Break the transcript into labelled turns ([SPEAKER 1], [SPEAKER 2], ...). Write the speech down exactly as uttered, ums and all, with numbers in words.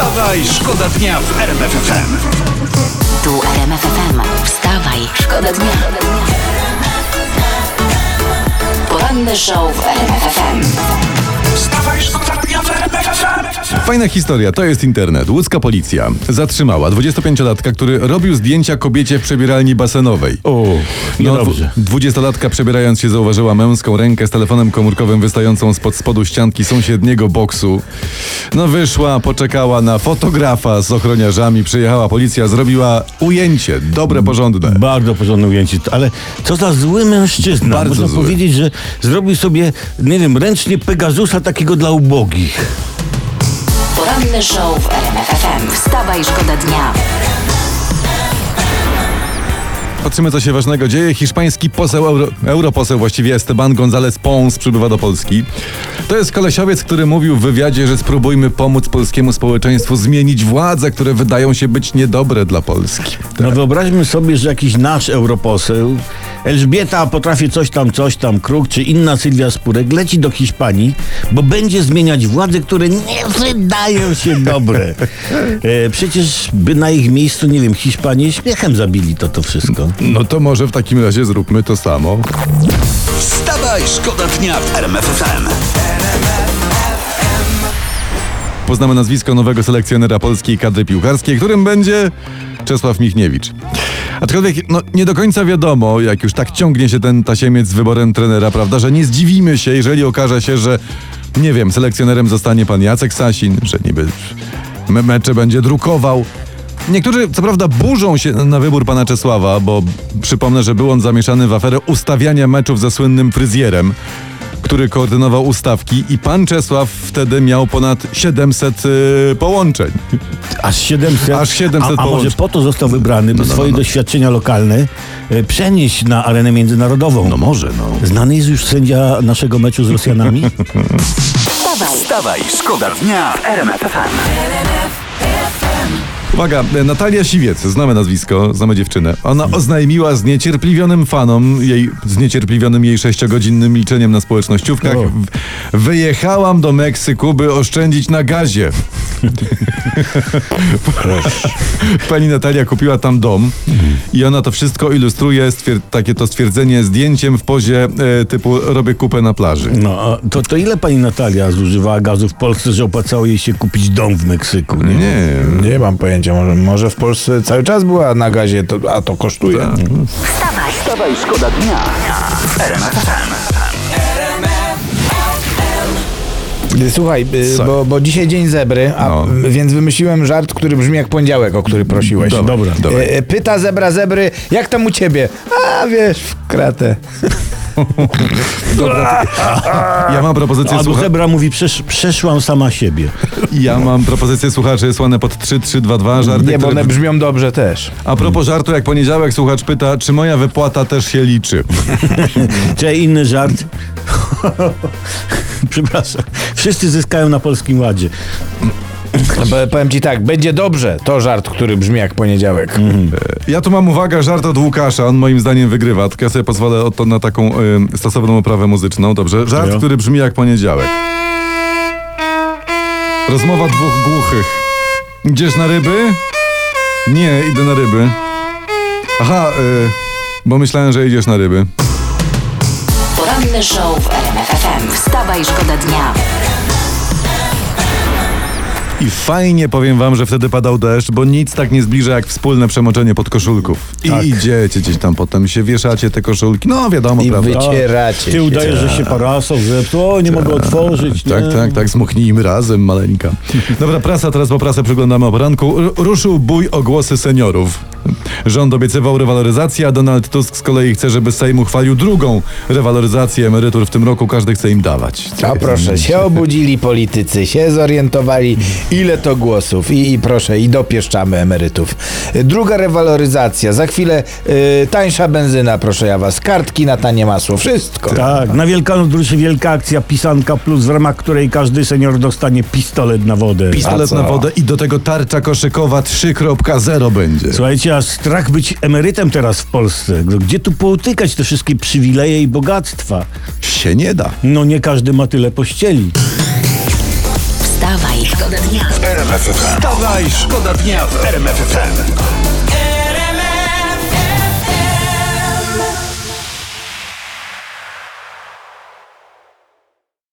[SPEAKER 1] Wstawaj, szkoda dnia w R M F F M.
[SPEAKER 2] Tu R M F F M. Wstawaj, szkoda dnia. Poranny show w R M F F M.
[SPEAKER 1] Wstawaj, szkoda dnia w R M F F M.
[SPEAKER 3] Fajna historia, to jest internet. Łódzka policja zatrzymała dwudziestopięciolatka, który robił zdjęcia kobiecie w przebieralni basenowej.
[SPEAKER 4] O, niedobrze.
[SPEAKER 3] dwu- dwudziestolatka przebierając się zauważyła męską rękę z telefonem komórkowym wystającą spod spodu ścianki sąsiedniego boksu. No wyszła, poczekała na fotografa z ochroniarzami, przyjechała policja, zrobiła ujęcie, dobre, porządne.
[SPEAKER 4] Bardzo porządne ujęcie, ale co za zły mężczyzna.
[SPEAKER 3] Bardzo
[SPEAKER 4] Można
[SPEAKER 3] zły.
[SPEAKER 4] powiedzieć, że zrobił sobie, nie wiem, ręcznie Pegasusa takiego dla ubogich.
[SPEAKER 2] Poranny show w R M F F M. Wstawaj, szkoda dnia.
[SPEAKER 3] Patrzymy, co się ważnego dzieje. Hiszpański poseł, euro, europoseł właściwie Esteban González Pons przybywa do Polski. To jest kolesiowiec, który mówił w wywiadzie, że spróbujmy pomóc polskiemu społeczeństwu zmienić władze, które wydają się być niedobre dla Polski.
[SPEAKER 4] No wyobraźmy sobie, że jakiś nasz europoseł, Elżbieta potrafi coś tam, coś tam, Kruk, czy inna Sylwia Spurek, leci do Hiszpanii, bo będzie zmieniać władze, które nie wydają się dobre. E, przecież by na ich miejscu, nie wiem, Hiszpanię śmiechem zabili to to wszystko.
[SPEAKER 3] No to może w takim razie zróbmy to samo.
[SPEAKER 1] Wstawaj, szkoda dnia w R M F F M.
[SPEAKER 3] Poznamy nazwisko nowego selekcjonera polskiej kadry piłkarskiej, którym będzie Czesław Michniewicz. Aczkolwiek no, nie do końca wiadomo, jak już tak ciągnie się ten tasiemiec z wyborem trenera, prawda, że nie zdziwimy się, jeżeli okaże się, że nie wiem, selekcjonerem zostanie pan Jacek Sasin, że niby me- mecze będzie drukował. Niektórzy, co prawda, burzą się na wybór pana Czesława, bo przypomnę, że był on zamieszany w aferę ustawiania meczów ze słynnym fryzjerem, który koordynował ustawki i pan Czesław wtedy miał ponad siedemset y, połączeń.
[SPEAKER 4] Aż siedemset.
[SPEAKER 3] Aż siedemset
[SPEAKER 4] a, a może
[SPEAKER 3] połączeń.
[SPEAKER 4] po to został wybrany, by
[SPEAKER 3] No, no,
[SPEAKER 4] swoje
[SPEAKER 3] no.
[SPEAKER 4] doświadczenia lokalne e, przenieść na arenę międzynarodową.
[SPEAKER 3] No może, no.
[SPEAKER 4] Znany jest już sędzia naszego meczu z Rosjanami?
[SPEAKER 2] Wstawaj.
[SPEAKER 1] Wstawaj, szkoda dnia w R M F F M.
[SPEAKER 3] Uwaga, Natalia Siwiec, znamy nazwisko, znamy dziewczynę. Ona oznajmiła zniecierpliwionym fanom, jej, zniecierpliwionym jej sześciogodzinnym liczeniem na społecznościówkach,
[SPEAKER 4] O.
[SPEAKER 3] w, wyjechałam do Meksyku, by oszczędzić na gazie. Pani Natalia kupiła tam dom i ona to wszystko ilustruje, stwier- takie to stwierdzenie zdjęciem w pozie e, typu robię kupę na plaży.
[SPEAKER 4] No, a to, to ile pani Natalia zużywała gazu w Polsce, że opłacało jej się kupić dom w Meksyku? Nie?
[SPEAKER 3] Nie,
[SPEAKER 5] Nie mam pojęcia, może, może w Polsce cały czas była na gazie, to, a to kosztuje.
[SPEAKER 2] Wstawaj.
[SPEAKER 1] Wstawaj, szkoda dnia w R M F F M.
[SPEAKER 5] Słuchaj, y,
[SPEAKER 3] Co?
[SPEAKER 5] bo, bo dzisiaj dzień zebry, a,
[SPEAKER 3] No.
[SPEAKER 5] m, więc wymyśliłem żart, który brzmi jak poniedziałek, o który prosiłeś.
[SPEAKER 3] Dobra,
[SPEAKER 4] Dobra.
[SPEAKER 3] dobra.
[SPEAKER 5] E, e, Pyta zebra zebry, jak tam u ciebie? A wiesz, w kratę.
[SPEAKER 3] Ja mam propozycję
[SPEAKER 4] Albo
[SPEAKER 3] słucha-
[SPEAKER 4] zebra mówi, przesz, przeszłam sama siebie.
[SPEAKER 3] Ja mam propozycję słuchaczy słane pod trzy trzy dwa dwa żarty,
[SPEAKER 5] Nie, bo
[SPEAKER 3] które...
[SPEAKER 5] one brzmią dobrze też.
[SPEAKER 3] A propos żartu, jak poniedziałek słuchacz pyta, czy moja wypłata też się liczy.
[SPEAKER 4] Czy inny żart? Przepraszam. Wszyscy zyskają na Polskim Ładzie.
[SPEAKER 5] Bo, powiem ci tak, będzie dobrze, to żart, który brzmi jak poniedziałek.
[SPEAKER 3] Ja tu mam, uwaga, żart od Łukasza, on moim zdaniem wygrywa, tylko ja sobie pozwolę o to na taką y, stosowną oprawę muzyczną, dobrze? Żart,
[SPEAKER 4] Jo.
[SPEAKER 3] który brzmi jak poniedziałek. Rozmowa dwóch głuchych. Idziesz na ryby? Nie, idę na ryby. Aha, y, bo myślałem, że idziesz na ryby.
[SPEAKER 2] Poranny show w R M F F M. Wstawaj, szkoda dnia.
[SPEAKER 3] I fajnie powiem wam, że wtedy padał deszcz, bo nic tak nie zbliża jak wspólne przemoczenie podkoszulków. I
[SPEAKER 4] Tak.
[SPEAKER 3] idziecie gdzieś tam potem, się wieszacie te koszulki, no wiadomo,
[SPEAKER 5] I
[SPEAKER 3] prawda?
[SPEAKER 5] wycieracie
[SPEAKER 4] Ty
[SPEAKER 5] się.
[SPEAKER 4] udajesz, że się parasol zepsuł, o, nie mogę otworzyć.
[SPEAKER 3] Tak,
[SPEAKER 4] nie.
[SPEAKER 3] tak, tak, zmuchnijmy razem, maleńka. Dobra, prasa, teraz po prasę przyglądamy o poranku. R- ruszył bój o głosy seniorów. Rząd obiecywał rewaloryzację, a Donald Tusk z kolei chce, żeby Sejm uchwalił drugą rewaloryzację emerytur w tym roku. Każdy chce im dawać.
[SPEAKER 5] A proszę, się obudzili politycy, się zorientowali, ile to głosów i, i proszę, i dopieszczamy emerytów. Druga rewaloryzacja, za chwilę y, tańsza benzyna, proszę ja was, kartki na tanie masło, wszystko.
[SPEAKER 4] Tak, na Wielkanoc ruszy wielka akcja Pisanka Plus, w ramach której każdy senior dostanie pistolet na wodę.
[SPEAKER 3] Pistolet
[SPEAKER 5] A co?
[SPEAKER 3] na wodę i do tego tarcza koszykowa trzy kropka zero będzie.
[SPEAKER 4] Słuchajcie, a strach być emerytem teraz w Polsce. No, gdzie tu połtykać te wszystkie przywileje i bogactwa?
[SPEAKER 3] Się nie da.
[SPEAKER 4] No nie każdy ma tyle pościeli.
[SPEAKER 2] Wstawaj, szkoda dnia.
[SPEAKER 1] R M F F M. Wstawaj, szkoda dnia w R M F F M.